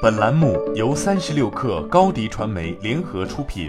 本栏目由36氪高迪传媒联合出品。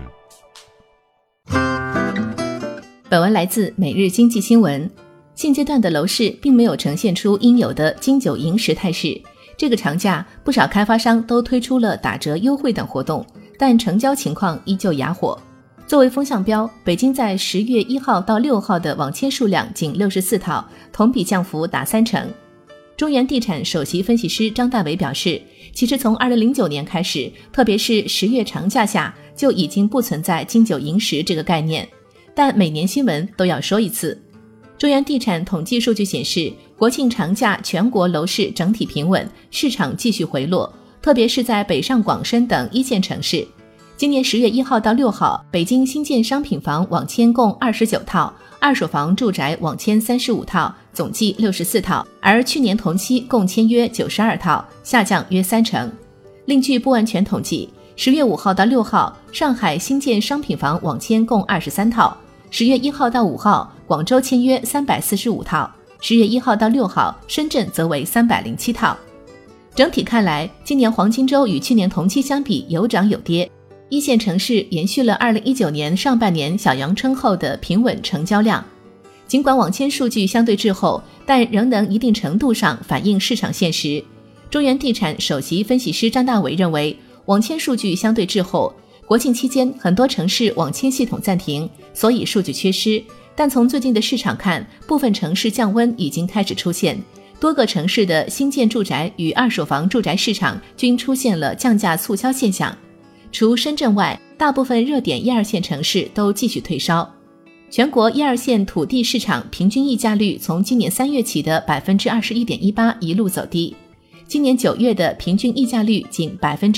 本文来自每日经济新闻。现阶段的楼市并没有呈现出应有的经久银实态势。这个长假，不少开发商都推出了打折优惠等活动，但成交情况依旧哑火。作为风向标，北京在10月1号到6号的网签数量仅64套，同比降幅达30%。中原地产首席分析师张大伟表示，其实从2009年开始，特别是10月长假下，就已经不存在经久银实这个概念，但每年新闻都要说一次。中原地产统计数据显示，国庆长假全国楼市整体平稳，市场继续回落，特别是在北上广深等一线城市。今年10月1号到6号，北京新建商品房网签共29套，二手房住宅网签35套，总计64套，而去年同期共签约92套，下降约30%。另据不完全统计，10月5号到6号，上海新建商品房网签共23套，10月1号到5号，广州签约345套，10月1号到6号，深圳则为307套。整体看来，今年黄金周与去年同期相比有涨有跌，一线城市延续了2019年上半年小阳春后的平稳成交量。尽管网签数据相对滞后，但仍能一定程度上反映市场现实。中原地产首席分析师张大伟认为，网签数据相对滞后，国庆期间很多城市网签系统暂停，所以数据缺失。但从最近的市场看，部分城市降温已经开始出现，多个城市的新建住宅与二手房住宅市场均出现了降价促销现象。除深圳外，大部分热点1、2线城市都继续退烧。全国1、2线土地市场平均溢价率从今年3月起的 21.18% 一路走低，今年9月的平均溢价率仅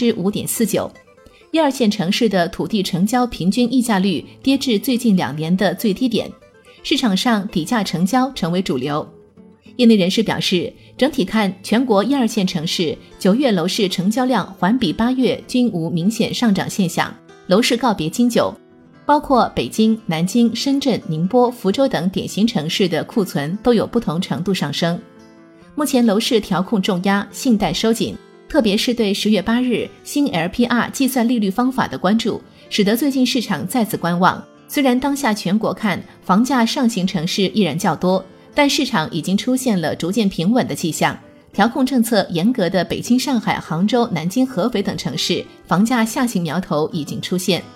5.49%。1、2线城市的土地成交平均溢价率跌至最近2年的最低点，市场上底价成交成为主流。业内人士表示，整体看，全国1、2线城市9月楼市成交量环比8月均无明显上涨现象，楼市告别金九，包括北京、南京、深圳、宁波、福州等典型城市的库存都有不同程度上升。目前楼市调控重压，信贷收紧，特别是对10月8日新 LPR 计算利率方法的关注，使得最近市场再次观望。虽然当下全国看房价上行城市依然较多，但市场已经出现了逐渐平稳的迹象。调控政策严格的北京、上海、杭州、南京、合肥等城市，房价下行苗头已经出现。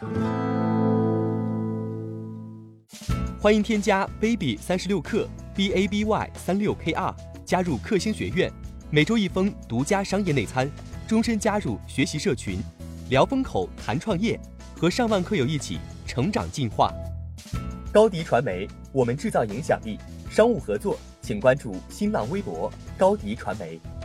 欢迎添加 baby 36克 BABY36KR 加入克星学院，每周1封独家商业内参，终身加入学习社群，聊风口谈创业，和上万课友一起成长进化。高迪传媒，我们制造影响力。商务合作请关注新浪微博高迪传媒。